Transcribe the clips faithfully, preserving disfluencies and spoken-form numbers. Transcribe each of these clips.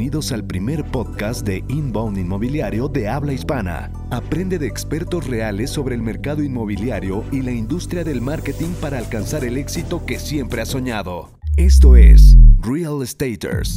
Bienvenidos al primer podcast de Inbound Inmobiliario de habla hispana. Aprende de expertos reales sobre el mercado inmobiliario y la industria del marketing para alcanzar el éxito que siempre has soñado. Esto es Real Estaters.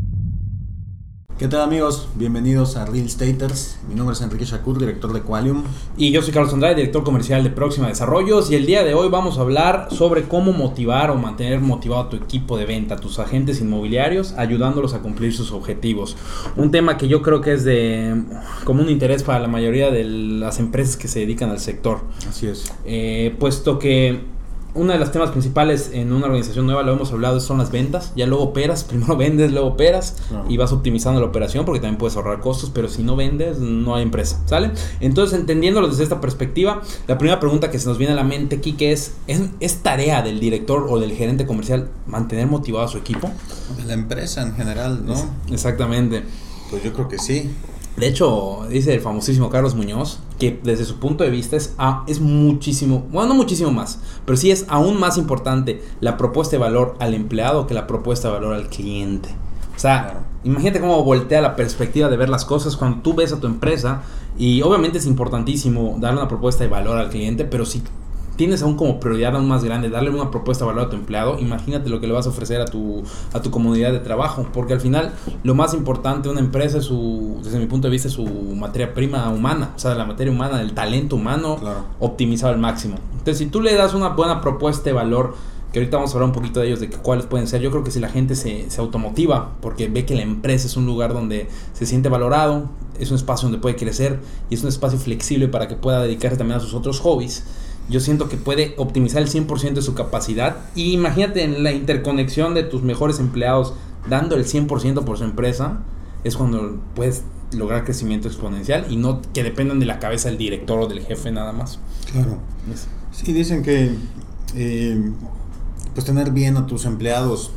¿Qué tal, amigos? Bienvenidos a Real Estaters. Mi nombre es Enrique Shakur, director de Qualium. Y yo soy Carlos Andrade, director comercial de Próxima Desarrollos. Y el día de hoy vamos a hablar sobre cómo motivar o mantener motivado a tu equipo de venta, a tus agentes inmobiliarios, ayudándolos a cumplir sus objetivos. Un tema que yo creo que es de común interés para la mayoría de las empresas que se dedican al sector. Así es. Eh, puesto que uno de los temas principales en una organización nueva, lo hemos hablado, son las ventas. Ya luego operas, primero vendes, luego operas, claro, y vas optimizando la operación porque también puedes ahorrar costos, pero si no vendes, no hay empresa, ¿sale? Entonces, entendiéndolo desde esta perspectiva, la primera pregunta que se nos viene a la mente, Kike, es, ¿es, ¿es tarea del director o del gerente comercial mantener motivado a su equipo? De la empresa en general, ¿no? Es, exactamente. Pues yo creo que sí. De hecho, dice el famosísimo Carlos Muñoz que desde su punto de vista es, a, es muchísimo, bueno, no muchísimo más, pero sí es aún más importante la propuesta de valor al empleado que la propuesta de valor al cliente. O sea, claro, imagínate cómo voltea la perspectiva de ver las cosas cuando tú ves a tu empresa, y obviamente es importantísimo darle una propuesta de valor al cliente, pero si tienes aún como prioridad aún más grande darle una propuesta de valor a tu empleado, imagínate lo que le vas a ofrecer a tu a tu comunidad de trabajo, porque al final lo más importante de una empresa es su, desde mi punto de vista, es su materia prima humana, o sea, la materia humana, el talento humano, claro, optimizado al máximo. Entonces, si tú le das una buena propuesta de valor, que ahorita vamos a hablar un poquito de ellos, de que cuáles pueden ser, yo creo que si la gente se, se automotiva, porque ve que la empresa es un lugar donde se siente valorado, es un espacio donde puede crecer y es un espacio flexible para que pueda dedicarse también a sus otros hobbies, yo siento que puede optimizar el cien por ciento de su capacidad. Y imagínate en la interconexión de tus mejores empleados dando el cien por ciento por su empresa, es cuando puedes lograr crecimiento exponencial y no que dependan de la cabeza del director o del jefe nada más. Claro. Es. Sí, dicen que eh, pues tener bien a tus empleados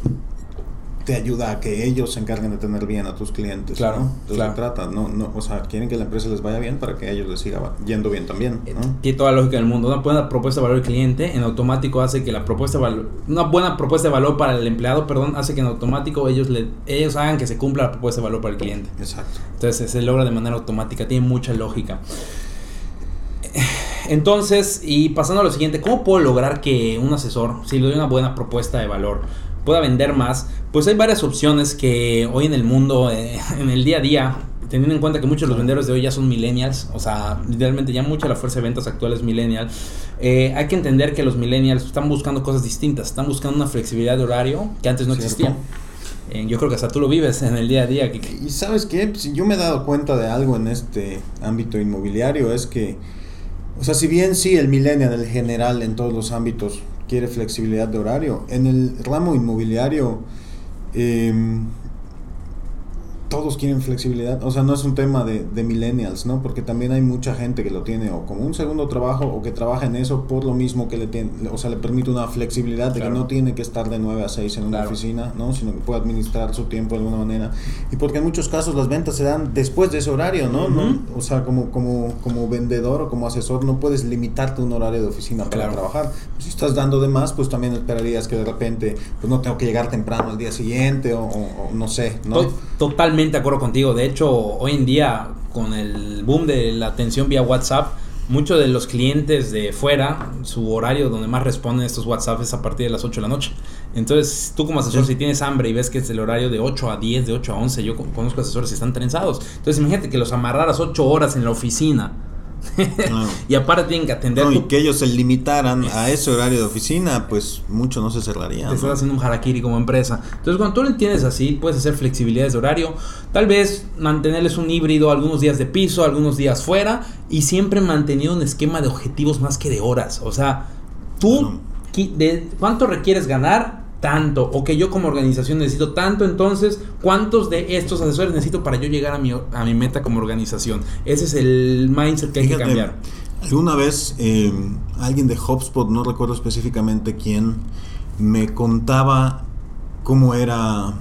te ayuda a que ellos se encarguen de tener bien a tus clientes. Claro, ¿no? De claro. eso se trata, no, no, o sea, quieren que la empresa les vaya bien para que a ellos les siga yendo bien también, ¿no? Tiene toda la lógica del mundo. Una buena propuesta de valor al cliente en automático hace que la propuesta de valor, una buena propuesta de valor para el empleado, perdón, hace que en automático ellos le, ellos hagan que se cumpla la propuesta de valor para el cliente. Exacto. Entonces se logra de manera automática, tiene mucha lógica. Entonces, y pasando a lo siguiente, ¿cómo puedo lograr que un asesor, si le doy una buena propuesta de valor, pueda vender más? Pues hay varias opciones que hoy en el mundo, eh, en el día a día, teniendo en cuenta que muchos de los vendedores de hoy ya son millennials, o sea, literalmente ya mucha de la fuerza de ventas actual es millennial, eh, hay que entender que los millennials están buscando cosas distintas, están buscando una flexibilidad de horario que antes no existía. Eh, yo creo que hasta tú lo vives en el día a día. Que... Y ¿sabes qué? Pues yo me he dado cuenta de algo en este ámbito inmobiliario, es que, o sea, si bien sí el millennial en general en todos los ámbitos quiere flexibilidad de horario, en el ramo inmobiliario eh, todos quieren flexibilidad, o sea, no es un tema de, de millennials, ¿no? Porque también hay mucha gente que lo tiene o como un segundo trabajo o que trabaja en eso por lo mismo que le tiene, o sea, le permite una flexibilidad de claro, que no tiene que estar de nueve a seis en una claro, oficina, ¿no? Sino que puede administrar su tiempo de alguna manera. Y porque en muchos casos las ventas se dan después de ese horario, ¿no? Uh-huh. ¿No? O sea, como, como, como vendedor o como asesor no puedes limitarte un horario de oficina para claro, trabajar. Pues si estás dando de más, pues también esperarías que de repente, pues no tengo que llegar temprano al día siguiente o, o, o no sé, ¿no? Totalmente de acuerdo contigo. De hecho, hoy en día con el boom de la atención vía WhatsApp, muchos de los clientes de fuera, su horario donde más responden estos WhatsApp es a partir de las ocho de la noche. Entonces, tú como asesor, sí, si tienes hambre y ves que es el horario de ocho a diez, de ocho a once, yo conozco asesores que están trenzados. Entonces, imagínate que los amarraras ocho horas en la oficina. Claro. Y aparte tienen que atender no, tu... y que ellos se limitaran a ese horario de oficina, pues mucho no se cerraría. Te estás haciendo un harakiri como empresa. Entonces, cuando tú lo entiendes así, puedes hacer flexibilidades de horario, tal vez mantenerles un híbrido, algunos días de piso, algunos días fuera, y siempre manteniendo un esquema de objetivos más que de horas. O sea, tú bueno. de ¿cuánto requieres ganar? Tanto, o que yo como organización necesito tanto, entonces ¿cuántos de estos asesores necesito para yo llegar a mi, a mi meta como organización? Ese es el mindset que Fíjate, hay que cambiar. Alguna vez eh, alguien de HubSpot, no recuerdo específicamente quién, me contaba cómo era,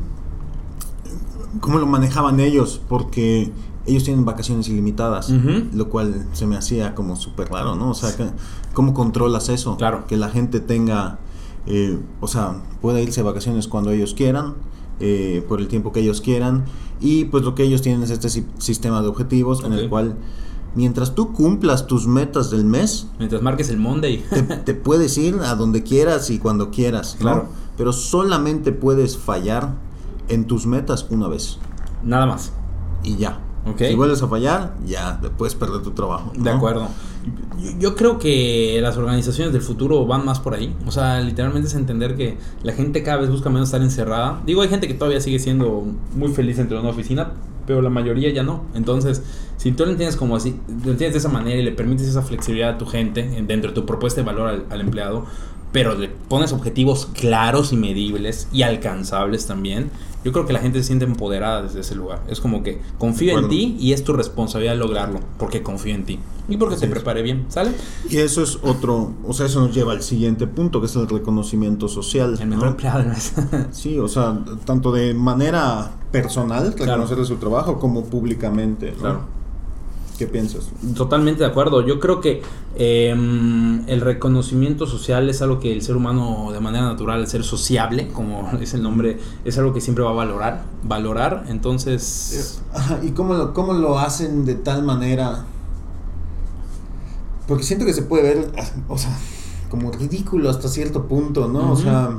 cómo lo manejaban ellos, porque ellos tienen vacaciones ilimitadas, uh-huh, lo cual se me hacía como súper raro, ¿no? O sea, ¿cómo controlas eso? Claro. Que la gente tenga... Eh, o sea, puede irse de vacaciones cuando ellos quieran, eh, por el tiempo que ellos quieran, y pues lo que ellos tienen es este si- sistema de objetivos, okay, en el cual mientras tú cumplas tus metas del mes, mientras marques el Monday, te, te puedes ir a donde quieras y cuando quieras, ¿no? Claro. Pero solamente puedes fallar en tus metas una vez. Nada más. Y ya. Okay. Si vuelves a fallar, ya puedes perder tu trabajo, ¿no? De acuerdo. Yo, yo creo que las organizaciones del futuro van más por ahí. O sea, literalmente es entender que la gente cada vez busca menos estar encerrada. Digo, hay gente que todavía sigue siendo muy feliz dentro de una oficina, pero la mayoría ya no. Entonces, si tú lo entiendes como así, lo entiendes de esa manera y le permites esa flexibilidad a tu gente dentro de tu propuesta de valor al, al empleado, pero le pones objetivos claros y medibles y alcanzables también, yo creo que la gente se siente empoderada desde ese lugar. Es como que confío en ti y es tu responsabilidad lograrlo, porque confío en ti y porque Así te es. preparé bien, ¿sale? Y eso es otro, o sea, eso nos lleva al siguiente punto, que es el reconocimiento social. El mejor ¿no? empleado del mes. Sí, o sea, tanto de manera personal, reconocerle claro. su trabajo, como públicamente, ¿no? Claro. ¿Qué piensas? Totalmente de acuerdo. Yo creo que eh, el reconocimiento social es algo que el ser humano de manera natural, el ser sociable, como es el nombre, es algo que siempre va a valorar. Valorar, entonces... Ajá, ¿y cómo lo, cómo lo hacen de tal manera? Porque siento que se puede ver, o sea, como ridículo hasta cierto punto, ¿no? Uh-huh. O sea,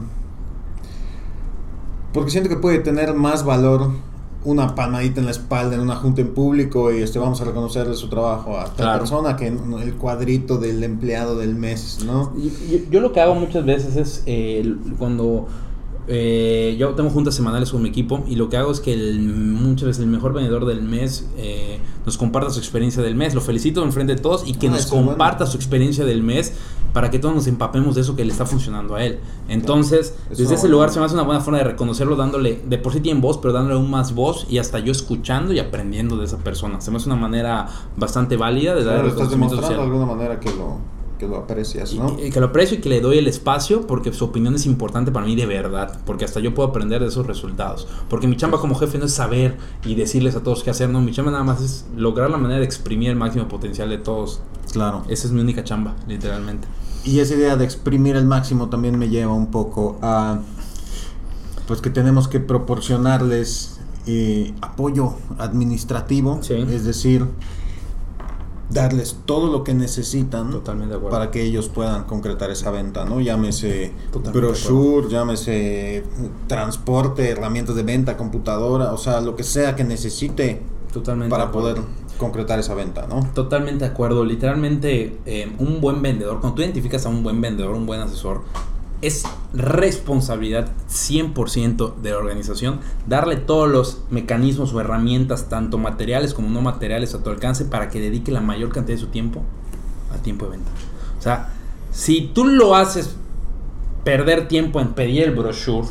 porque siento que puede tener más valor una palmadita en la espalda en una junta en público y este vamos a reconocerle su trabajo a tal claro. persona que el cuadrito del empleado del mes, ¿no? Yo, yo lo que hago muchas veces es eh, cuando eh, yo tengo juntas semanales con mi equipo y lo que hago es que el, muchas veces el mejor vendedor del mes eh, nos comparta su experiencia del mes. Lo felicito en frente de todos y que ah, nos comparta bueno. su experiencia del mes para que todos nos empapemos de eso que le está funcionando a él. Entonces, claro, desde ese bueno. lugar se me hace una buena forma de reconocerlo, dándole, de por sí tiene voz, pero dándole aún más voz y hasta yo escuchando y aprendiendo de esa persona. Se me hace una manera bastante válida de dar el reconocimiento social. Estás demostrando de alguna manera que lo, que lo aprecias, ¿no? Y, y que lo aprecio y que le doy el espacio porque su opinión es importante para mí de verdad, porque hasta yo puedo aprender de esos resultados. Porque mi chamba como jefe no es saber y decirles a todos qué hacer, no, mi chamba nada más es lograr la manera de exprimir el máximo potencial de todos. Claro. Esa es mi única chamba, literalmente. Y esa idea de exprimir el máximo también me lleva un poco a pues que tenemos que proporcionarles eh, apoyo administrativo, sí. es decir, darles todo lo que necesitan Totalmente de acuerdo. para que ellos puedan concretar esa venta, ¿no? Llámese brochure, llámese transporte, herramientas de venta, computadora, o sea, lo que sea que necesite Totalmente para poder concretar esa venta, ¿no? Totalmente de acuerdo. Literalmente eh, un buen vendedor, cuando tú identificas a un buen vendedor, un buen asesor, es responsabilidad cien por ciento de la organización darle todos los mecanismos o herramientas, tanto materiales como no materiales, a tu alcance para que dedique la mayor cantidad de su tiempo a tiempo de venta. O sea, si tú lo haces perder tiempo en pedir el brochure,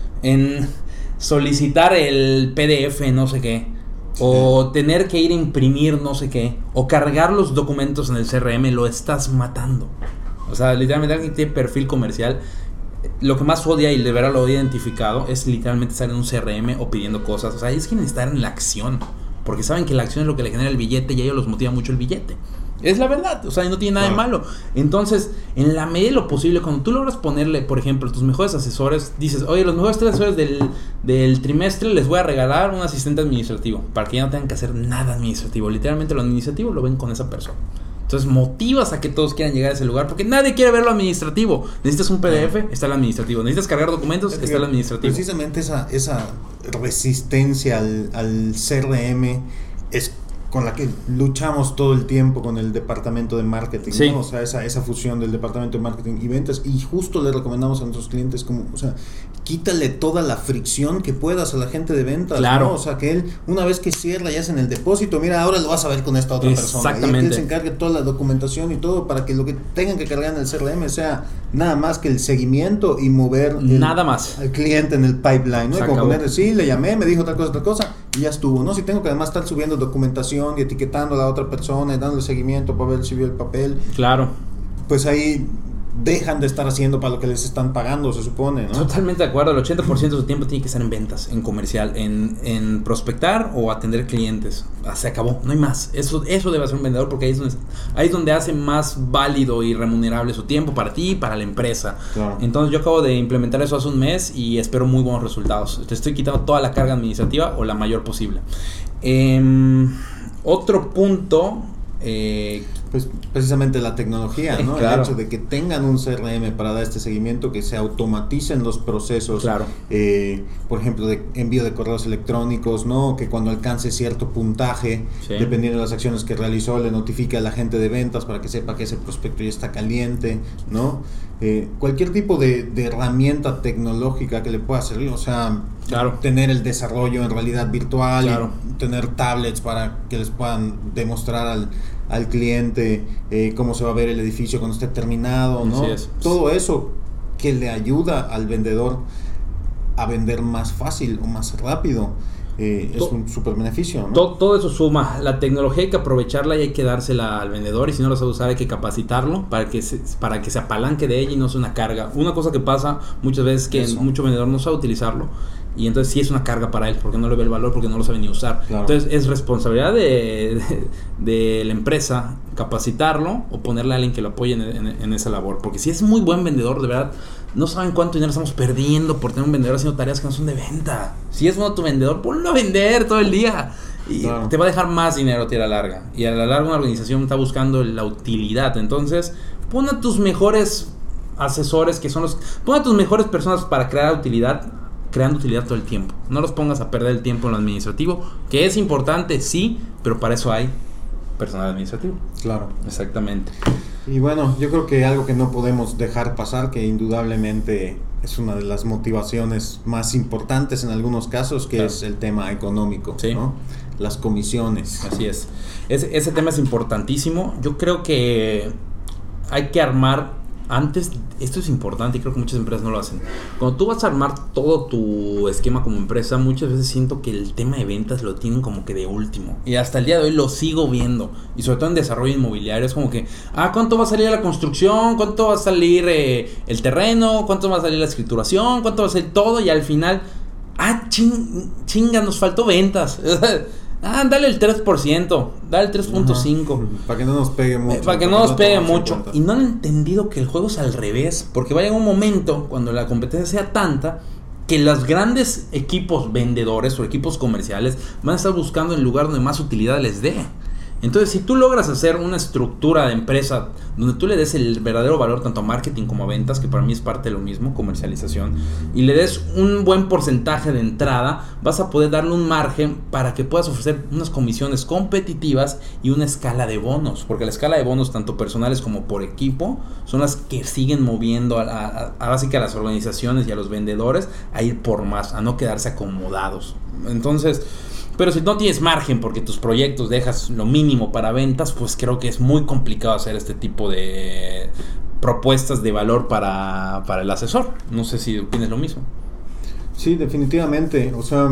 en solicitar el P D F, no sé qué, o tener que ir a imprimir no sé qué, o cargar los documentos en el C R M, lo estás matando. O sea, literalmente alguien que tiene perfil comercial, lo que más odia y de verdad lo he identificado es literalmente estar en un C R M o pidiendo cosas. O sea, ellos quieren estar en la acción, porque saben que la acción es lo que le genera el billete y a ellos los motiva mucho el billete. Es la verdad, o sea, no tiene nada claro. de malo. Entonces, en la medida de lo posible, cuando tú logras ponerle, por ejemplo, tus mejores asesores, dices, oye, los mejores tres asesores del, del trimestre les voy a regalar un asistente administrativo, para que ya no tengan que hacer nada administrativo. Literalmente lo administrativo lo ven con esa persona. Entonces motivas a que todos quieran llegar a ese lugar, porque nadie quiere ver lo administrativo. Necesitas un P D F, está el administrativo. Necesitas cargar documentos, es está el administrativo. Precisamente esa, esa resistencia al, al C R M es con la que luchamos todo el tiempo con el departamento de marketing, sí. ¿no? O sea, esa, esa fusión del departamento de marketing y ventas, y justo le recomendamos a nuestros clientes como, o sea, quítale toda la fricción que puedas a la gente de ventas, claro. ¿no? O sea, que él, una vez que cierra ya es en el depósito, mira, ahora lo vas a ver con esta otra persona. Exactamente. Y que él se encargue toda la documentación y todo para que lo que tengan que cargar en el C R M sea nada más que el seguimiento y mover el, nada más al cliente en el pipeline, ¿no? Y como ponerle, sí, le llamé, me dijo otra cosa, otra cosa, y ya estuvo, ¿no? Si tengo que además estar subiendo documentación y etiquetando a la otra persona y dándole seguimiento para ver si vio el papel. Claro. Pues ahí dejan de estar haciendo para lo que les están pagando, se supone, ¿no? Totalmente de acuerdo. El ochenta por ciento de su tiempo tiene que estar en ventas, en comercial, en, en prospectar o atender clientes. Se acabó, no hay más. Eso, eso debe hacer un vendedor, porque ahí es donde, ahí es donde hace más válido y remunerable su tiempo para ti y para la empresa. Claro. Entonces yo acabo de implementar eso hace un mes y espero muy buenos resultados. Te estoy quitando toda la carga administrativa o la mayor posible. Eh, otro punto... Eh, pues precisamente la tecnología, ¿no? Claro. El hecho de que tengan un C R M para dar este seguimiento, que se automaticen los procesos, claro. eh, por ejemplo, de envío de correos electrónicos, ¿no? Que cuando alcance cierto puntaje, sí. dependiendo de las acciones que realizó, le notifique al agente de ventas para que sepa que ese prospecto ya está caliente, ¿no? Eh, cualquier tipo de, de herramienta tecnológica que le pueda servir, o sea, claro. tener el desarrollo en realidad virtual, claro. tener tablets para que les puedan demostrar al al cliente eh, cómo se va a ver el edificio cuando esté terminado, ¿no? Es. Todo eso que le ayuda al vendedor a vender más fácil o más rápido eh, es un súper beneficio, ¿no? Todo, todo eso suma. La tecnología hay que aprovecharla y hay que dársela al vendedor, y si no la sabe usar hay que capacitarlo para que se, para que se apalanque de ella y no sea una carga. Una cosa que pasa muchas veces es que eso. mucho vendedor no sabe utilizarlo, y entonces sí es una carga para él, porque no le ve el valor, porque no lo sabe ni usar. Claro. Entonces es responsabilidad de, de, de la empresa capacitarlo o ponerle a alguien que lo apoye en, en, en esa labor, porque si es muy buen vendedor, de verdad, no saben cuánto dinero estamos perdiendo por tener un vendedor haciendo tareas que no son de venta. Si es bueno tu vendedor, ponlo a vender todo el día y claro. te va a dejar más dinero a ti a la larga, y a la larga una organización está buscando la utilidad. Entonces pon a tus mejores asesores, que son los pon a tus mejores personas para crear utilidad, creando utilidad todo el tiempo. No los pongas a perder el tiempo en lo administrativo, que es importante, sí, pero para eso hay personal administrativo. Claro. Exactamente. Y bueno, yo creo que algo que no podemos dejar pasar, que indudablemente es una de las motivaciones más importantes en algunos casos, que claro. es el tema económico, sí. ¿no? Las comisiones. Así es. Ese, ese tema es importantísimo. Yo creo que hay que armar antes, esto es importante y creo que muchas empresas no lo hacen. Cuando tú vas a armar todo tu esquema como empresa, muchas veces siento que el tema de ventas lo tienen como que de último, y hasta el día de hoy lo sigo viendo, y sobre todo en desarrollo inmobiliario es como que, ah, ¿cuánto va a salir la construcción? ¿Cuánto va a salir eh, el terreno? ¿Cuánto va a salir la escrituración? ¿Cuánto va a salir todo? Y al final, ah, ching, chinga, nos faltó ventas. Ah, dale el tres por ciento, dale el tres punto cinco. Para que no nos pegue mucho. Eh, para que no nos pegue mucho. Y no han entendido que el juego es al revés, porque va a llegar un momento cuando la competencia sea tanta que los grandes equipos vendedores o equipos comerciales van a estar buscando el lugar donde más utilidad les dé. Entonces, si tú logras hacer una estructura de empresa donde tú le des el verdadero valor tanto a marketing como a ventas, que para mí es parte de lo mismo, comercialización, y le des un buen porcentaje de entrada, vas a poder darle un margen para que puedas ofrecer unas comisiones competitivas y una escala de bonos, porque la escala de bonos, tanto personales como por equipo, son las que siguen moviendo a, a, a, a, a las organizaciones y a los vendedores a ir por más, a no quedarse acomodados. Entonces, pero si no tienes margen porque tus proyectos dejas lo mínimo para ventas, pues creo que es muy complicado hacer este tipo de propuestas de valor para, para el asesor. No sé si opinas lo mismo. Sí, definitivamente. O sea,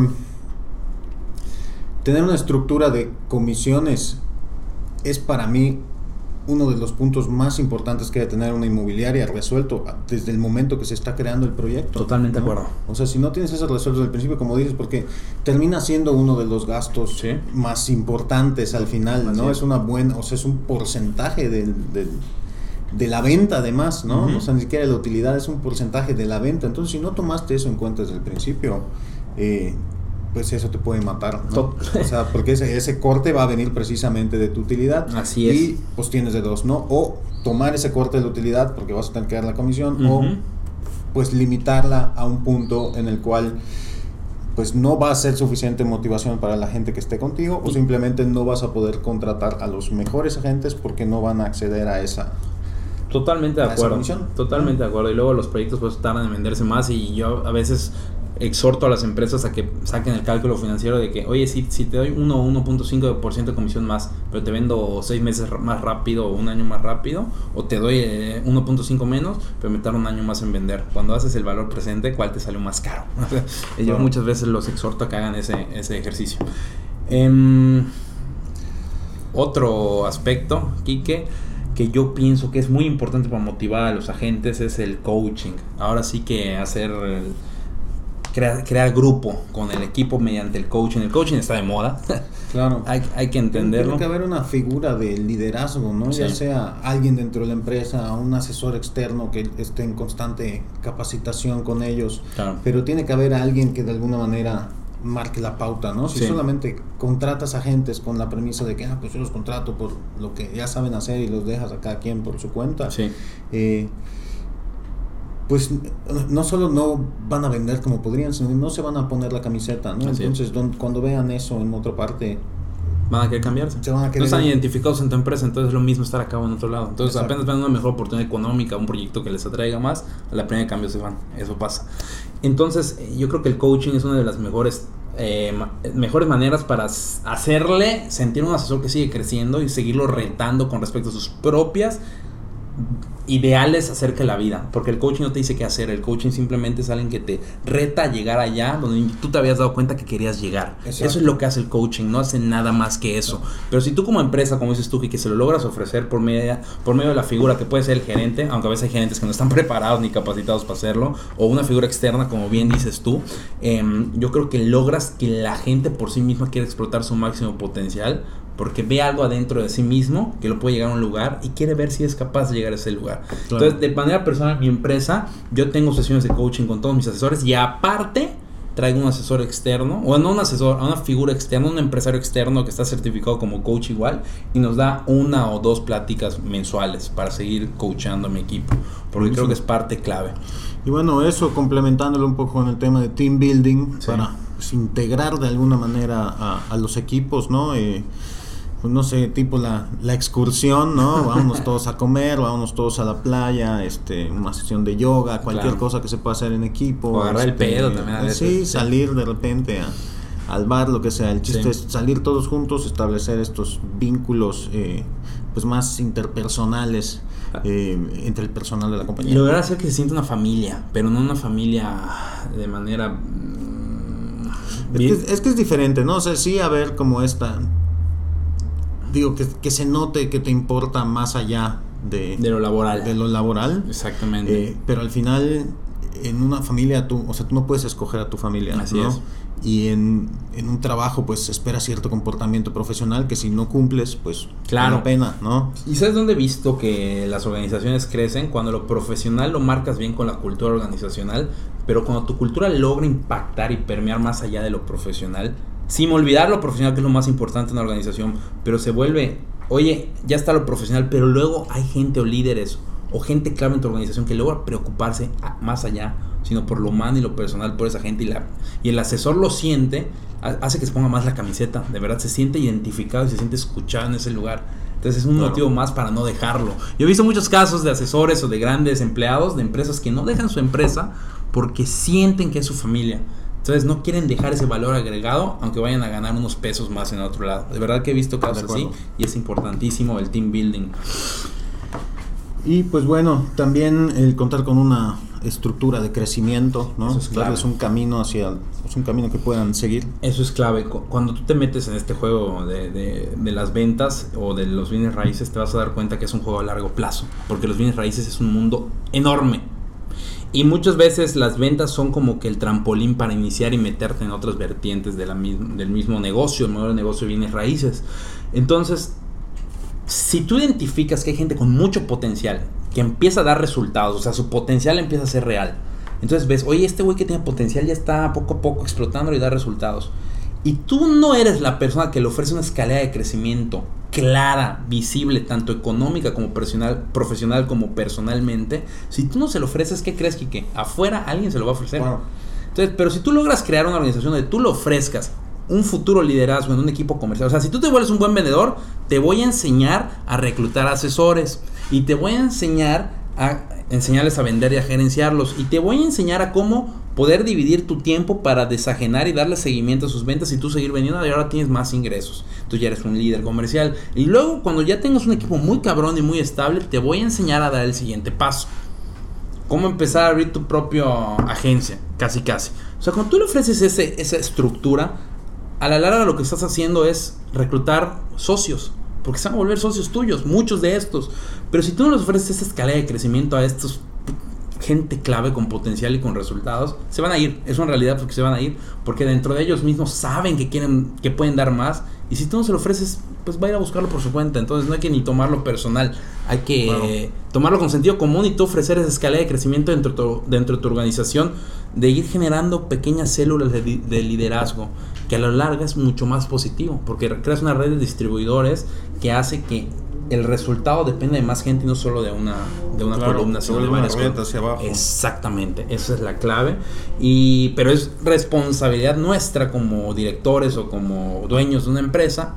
tener una estructura de comisiones es para mí uno de los puntos más importantes que debe tener una inmobiliaria resuelto desde el momento que se está creando el proyecto. Totalmente ¿no? de acuerdo. O sea, si no tienes eso resuelto desde el principio, como dices, porque termina siendo uno de los gastos ¿sí? más importantes al final, Así ¿no? Es. es una buena, o sea, es un porcentaje del, del, de la venta además, ¿no? Uh-huh. O sea, ni siquiera la utilidad, es un porcentaje de la venta. Entonces, si no tomaste eso en cuenta desde el principio, eh, pues eso te puede matar, ¿no? O sea, porque ese, ese corte va a venir precisamente de tu utilidad. Así es. Y pues tienes de dos, ¿no? O tomar ese corte de la utilidad porque vas a tener que dar la comisión, uh-huh. o pues limitarla a un punto en el cual pues no va a ser suficiente motivación para la gente que esté contigo, o simplemente no vas a poder contratar a los mejores agentes porque no van a acceder a esa. Totalmente de acuerdo. Totalmente uh-huh. de acuerdo. Y luego los proyectos pues tardan en venderse más, y yo a veces exhorto a las empresas a que saquen el cálculo financiero de que, oye, si, si te doy uno o uno punto cinco por ciento de comisión más, pero te vendo seis meses más rápido o un año más rápido, o te doy eh, uno punto cinco menos, pero me tarda un año más en vender. Cuando haces el valor presente, ¿cuál te salió más caro? Yo bueno. muchas veces los exhorto a que hagan ese, ese ejercicio. Eh, otro aspecto, Quique, que yo pienso que es muy importante para motivar a los agentes es el coaching. Ahora sí que hacer... El, Crear, crear grupo con el equipo mediante el coaching. El coaching está de moda. Claro. hay, hay que entenderlo. Tiene que haber una figura de liderazgo, ¿no? Sí. Ya sea alguien dentro de la empresa, un asesor externo que esté en constante capacitación con ellos. Claro. Pero tiene que haber alguien que de alguna manera marque la pauta, ¿no? Si sí. solamente contratas agentes con la premisa de que, ah, pues yo los contrato por lo que ya saben hacer y los dejas a cada quien por su cuenta. Sí. Eh, pues no solo no van a vender como podrían, sino no se van a poner la camiseta, ¿no? Así entonces don, cuando vean eso en otra parte van a querer cambiarse, se van a querer... no están identificados en tu empresa, entonces es lo mismo estar acá o en otro lado, entonces exacto. apenas ven una mejor oportunidad económica, un proyecto que les atraiga más, a la primera de cambio se van, eso pasa. Entonces yo creo que el coaching es una de las mejores eh, mejores maneras para hacerle sentir un asesor que sigue creciendo y seguirlo retando con respecto a sus propias ideales acerca de la vida, porque el coaching no te dice qué hacer, el coaching simplemente es alguien que te reta a llegar allá donde tú te habías dado cuenta que querías llegar. Exacto. Eso es lo que hace el coaching, no hace nada más que eso. Pero si tú como empresa, como dices tú, que se lo logras ofrecer por medio, por medio de la figura que puede ser el gerente, aunque a veces hay gerentes que no están preparados ni capacitados para hacerlo, o una figura externa, como bien dices tú, eh, yo creo que logras que la gente por sí misma quiera explotar su máximo potencial, porque ve algo adentro de sí mismo que lo puede llegar a un lugar y quiere ver si es capaz de llegar a ese lugar. Claro. Entonces, de manera personal, mi empresa, yo tengo sesiones de coaching con todos mis asesores y aparte traigo un asesor externo, o no un asesor, a una figura externa, un empresario externo que está certificado como coach igual y nos da una o dos pláticas mensuales para seguir coachando a mi equipo, porque sí. creo que es parte clave. Y bueno, eso complementándolo un poco con el tema de team building, sí. para pues, integrar de alguna manera a, a los equipos, ¿no? Eh, pues no sé, tipo la, la excursión, ¿no? Vámonos todos a comer, vámonos todos a la playa, este, una sesión de yoga, cualquier claro. cosa que se pueda hacer en equipo. O agarrar este, el pedo también. A veces, sí, sí, salir de repente a, al bar, lo que sea. El chiste sí. es salir todos juntos, establecer estos vínculos eh, pues más interpersonales eh, entre el personal de la compañía. Y lograr hacer que se sienta una familia, pero no una familia de manera... Es que, es que es diferente, ¿no? O sea, sí, a ver, como esta... Digo, que, que se note que te importa más allá de, de lo laboral. De lo laboral. Exactamente. Eh, pero al final, en una familia, tú, o sea, tú no puedes escoger a tu familia. Así ¿no? es. Y en, en un trabajo, pues, espera cierto comportamiento profesional que si no cumples, pues, claro. da pena, ¿no? ¿Y sabes dónde he visto que las organizaciones crecen? Cuando lo profesional lo marcas bien con la cultura organizacional, pero cuando tu cultura logra impactar y permear más allá de lo profesional, sin olvidar lo profesional, que es lo más importante en una organización, pero se vuelve, oye, ya está lo profesional, pero luego hay gente o líderes o gente clave en tu organización que logra preocuparse más allá, sino por lo humano y lo personal por esa gente, y, la, y el asesor lo siente, hace que se ponga más la camiseta, de verdad se siente identificado y se siente escuchado en ese lugar. Entonces es un claro. motivo más para no dejarlo. Yo he visto muchos casos de asesores o de grandes empleados de empresas que no dejan su empresa porque sienten que es su familia. Entonces no quieren dejar ese valor agregado, aunque vayan a ganar unos pesos más en otro lado. De verdad que he visto casos así y es importantísimo el team building. Y pues bueno, también el contar con una estructura de crecimiento, ¿no? Eso es clave. Darles un camino hacia, es un camino que puedan seguir. Eso es clave. Cuando tú te metes en este juego de, de, de las ventas o de los bienes raíces, te vas a dar cuenta que es un juego a largo plazo, porque los bienes raíces es un mundo enorme. Y muchas veces las ventas son como que el trampolín para iniciar y meterte en otras vertientes de la misma, del mismo negocio, el modelo de negocio de bienes raíces. Entonces, si tú identificas que hay gente con mucho potencial, que empieza a dar resultados, o sea, su potencial empieza a ser real. Entonces ves, oye, este güey que tiene potencial ya está poco a poco explotando y da resultados. Y tú no eres la persona que le ofrece una escalera de crecimiento clara, visible, tanto económica como profesional, profesional como personalmente. Si tú no se lo ofreces, ¿qué crees, Quique? Afuera alguien se lo va a ofrecer. Wow. Entonces, pero si tú logras crear una organización donde tú lo ofrezcas un futuro liderazgo en un equipo comercial, o sea, si tú te vuelves un buen vendedor, te voy a enseñar a reclutar asesores y te voy a enseñar a enseñarles a vender y a gerenciarlos, y te voy a enseñar a cómo poder dividir tu tiempo para desajenar y darle seguimiento a sus ventas y tú seguir vendiendo, y ahora tienes más ingresos. Tú ya eres un líder comercial. Y luego, cuando ya tengas un equipo muy cabrón y muy estable, te voy a enseñar a dar el siguiente paso. Cómo empezar a abrir tu propia agencia, casi casi. O sea, cuando tú le ofreces ese, esa estructura, a la larga lo que estás haciendo es reclutar socios. porque se van a volver socios tuyos, muchos de estos. Pero si tú no les ofreces esta escalera de crecimiento a estos gente clave con potencial y con resultados, se van a ir, es una realidad porque se van a ir, porque dentro de ellos mismos saben que quieren, que pueden dar más, y si tú no se lo ofreces, pues va a ir a buscarlo por su cuenta. Entonces no hay que ni tomarlo personal, hay que bueno. eh, tomarlo con sentido común y tú ofrecer esa escalera de crecimiento dentro de tu, dentro de tu organización, de ir generando pequeñas células de, de liderazgo, que a lo largo es mucho más positivo, porque creas una red de distribuidores que hace que el resultado depende de más gente y no solo de una, de una claro, columna, sino de varias columnas hacia abajo. Exactamente, esa es la clave. Y, pero es responsabilidad nuestra como directores o como dueños de una empresa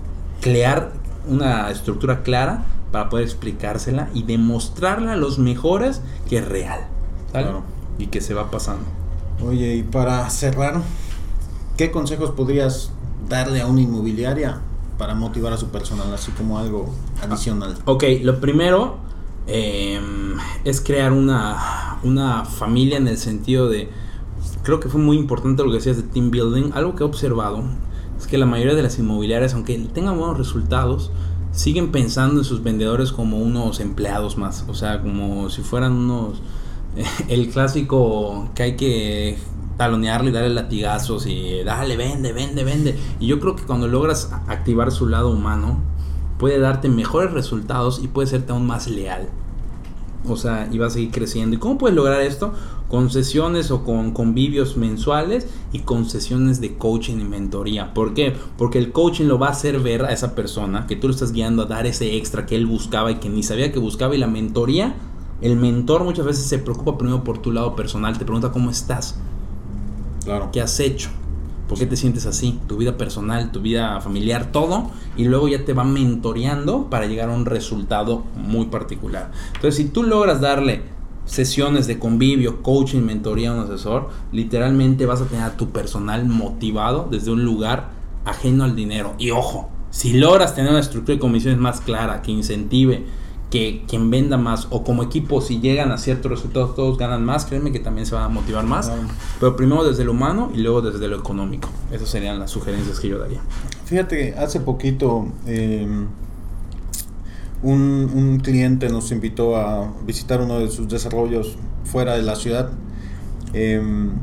crear una estructura clara para poder explicársela y demostrarle a los mejores que es real, ¿sale? Claro. Y que se va pasando. Oye, y para cerrar, ¿qué consejos podrías darle a una inmobiliaria para motivar a su personal, así como algo adicional? Ok, lo primero eh, es crear una, una familia en el sentido de, creo que fue muy importante lo que decías de team building. Algo que he observado es que la mayoría de las inmobiliarias, aunque tengan buenos resultados, siguen pensando en sus vendedores como unos empleados más, o sea, como si fueran unos, eh, el clásico que hay que talonearle y darle latigazos y dale, vende, vende, vende. Y yo creo que cuando logras activar su lado humano, puede darte mejores resultados y puede serte aún más leal. O sea, y va a seguir creciendo. ¿Y cómo puedes lograr esto? Con sesiones o con convivios mensuales y con sesiones de coaching y mentoría. ¿Por qué? Porque el coaching lo va a hacer ver a esa persona que tú lo estás guiando a dar ese extra que él buscaba y que ni sabía que buscaba. Y la mentoría, el mentor muchas veces se preocupa primero por tu lado personal, te pregunta cómo estás. Claro. ¿Qué has hecho? ¿Por qué te sientes así? Tu vida personal, tu vida familiar, todo. Y luego ya te va mentoreando para llegar a un resultado muy particular. Entonces, si tú logras darle sesiones de convivio, coaching, mentoría a un asesor, literalmente vas a tener a tu personal motivado desde un lugar ajeno al dinero. Y ojo, si logras tener una estructura de comisiones más clara, que incentive que quien venda más, o como equipo si llegan a ciertos resultados todos ganan más, créeme que también se van a motivar más, claro. Pero primero desde lo humano y luego desde lo económico. Esas serían las sugerencias que yo daría. Fíjate que hace poquito eh, un, un cliente nos invitó a visitar uno de sus desarrollos fuera de la ciudad, eh,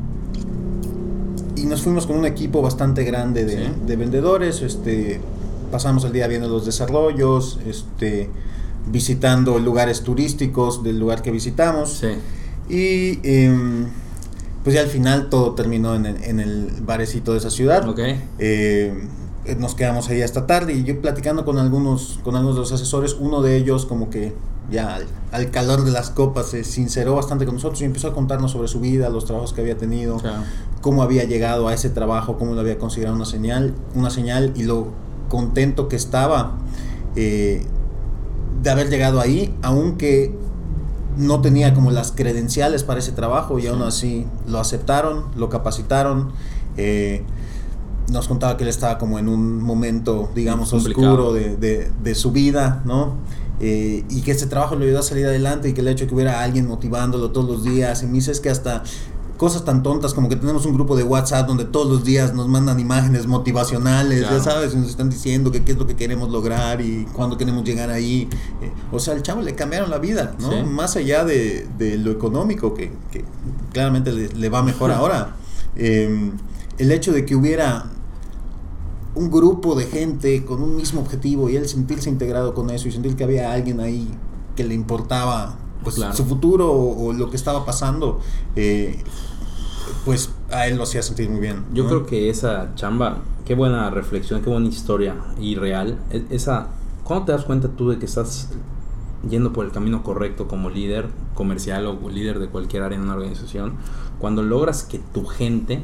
y nos fuimos con un equipo bastante grande de, ¿sí? de vendedores. Este, pasamos el día viendo los desarrollos, este visitando lugares turísticos del lugar que visitamos, sí. y eh, pues ya al final todo terminó en el, en el barecito de esa ciudad. Okay. Eh, nos quedamos ahí hasta tarde y yo platicando con algunos con algunos de los asesores, uno de ellos como que ya al, al calor de las copas se sinceró bastante con nosotros y empezó a contarnos sobre su vida, los trabajos que había tenido, claro. Cómo había llegado a ese trabajo, cómo lo había considerado una señal, una señal y lo contento que estaba eh, de haber llegado ahí, aunque no tenía como las credenciales para ese trabajo, y sí. Aún así lo aceptaron, lo capacitaron. Eh, nos contaba que él estaba como en un momento, digamos, oscuro de, de, de su vida, ¿no? Eh, y que este trabajo le ayudó a salir adelante, y que el hecho de que hubiera alguien motivándolo todos los días. Y me dice, es que hasta cosas tan tontas como que tenemos un grupo de WhatsApp donde todos los días nos mandan imágenes motivacionales, claro. Ya sabes, y nos están diciendo que qué es lo que queremos lograr y cuándo queremos llegar ahí. Eh, o sea, al chavo le cambiaron la vida, ¿no? Sí. Más allá de, de lo económico, que, que claramente le, le va mejor ahora. Eh, el hecho de que hubiera un grupo de gente con un mismo objetivo y él sentirse integrado con eso y sentir que había alguien ahí que le importaba pues claro. Su futuro o, o lo que estaba pasando, eh, pues a él lo hacía sentir muy bien, yo ¿no? Creo que esa chamba, qué buena reflexión, qué buena historia y real. Esa, ¿cuándo te das cuenta tú de que estás yendo por el camino correcto como líder comercial o líder de cualquier área en una organización? Cuando logras que tu gente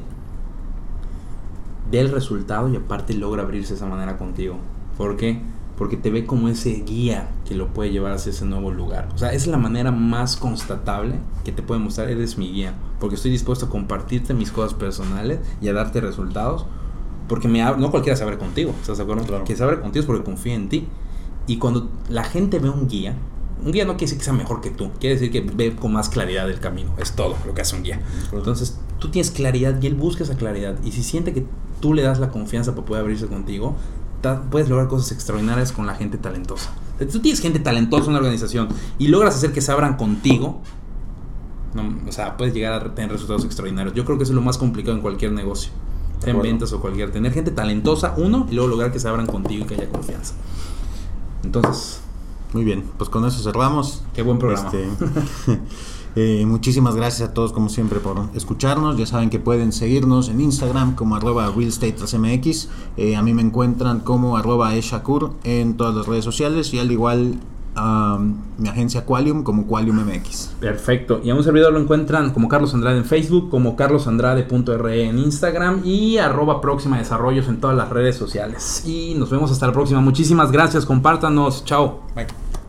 dé el resultado y aparte logra abrirse de esa manera contigo. ¿Por qué? Porque te ve como ese guía que lo puede llevar hacia ese nuevo lugar. O sea, es la manera más constatable que te puede mostrar, eres mi guía, porque estoy dispuesto a compartirte mis cosas personales y a darte resultados, porque me ab- no cualquiera se abre contigo, ¿estás de acuerdo? Claro. Que se abre contigo es porque confía en ti. Y cuando la gente ve un guía, un guía no quiere decir que sea mejor que tú, quiere decir que ve con más claridad el camino, es todo lo que hace un guía. Entonces, tú tienes claridad y él busca esa claridad, y si siente que tú le das la confianza para poder abrirse contigo, ta- puedes lograr cosas extraordinarias con la gente talentosa. Si tú tienes gente talentosa en una organización y logras hacer que se abran contigo, no, o sea, puedes llegar a tener resultados extraordinarios. Yo creo que eso es lo más complicado en cualquier negocio, en ventas o cualquier. Tener gente talentosa, uno, y luego lograr que se abran contigo y que haya confianza. Entonces, muy bien, pues con eso cerramos. Qué buen programa. Este, eh, muchísimas gracias a todos como siempre por escucharnos. Ya saben que pueden seguirnos en Instagram como arroba realestatersmx. Eh, a mí me encuentran como arroba eshakur en todas las redes sociales y al igual a um, mi agencia Qualium como Qualium M X. Perfecto. Y a un servidor lo encuentran como Carlos Andrade en Facebook, como carlosandrade punto r e en Instagram y arroba Próxima Desarrollos en todas las redes sociales. Y nos vemos hasta la próxima. Muchísimas gracias. Compártanos. Chao. Bye.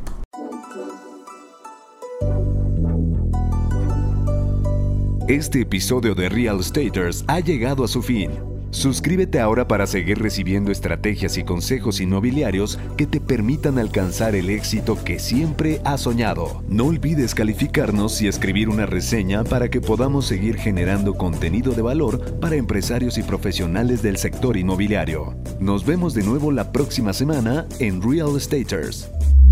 Este episodio de Real Estaters ha llegado a su fin. Suscríbete ahora para seguir recibiendo estrategias y consejos inmobiliarios que te permitan alcanzar el éxito que siempre has soñado. No olvides calificarnos y escribir una reseña para que podamos seguir generando contenido de valor para empresarios y profesionales del sector inmobiliario. Nos vemos de nuevo la próxima semana en Real Estaters.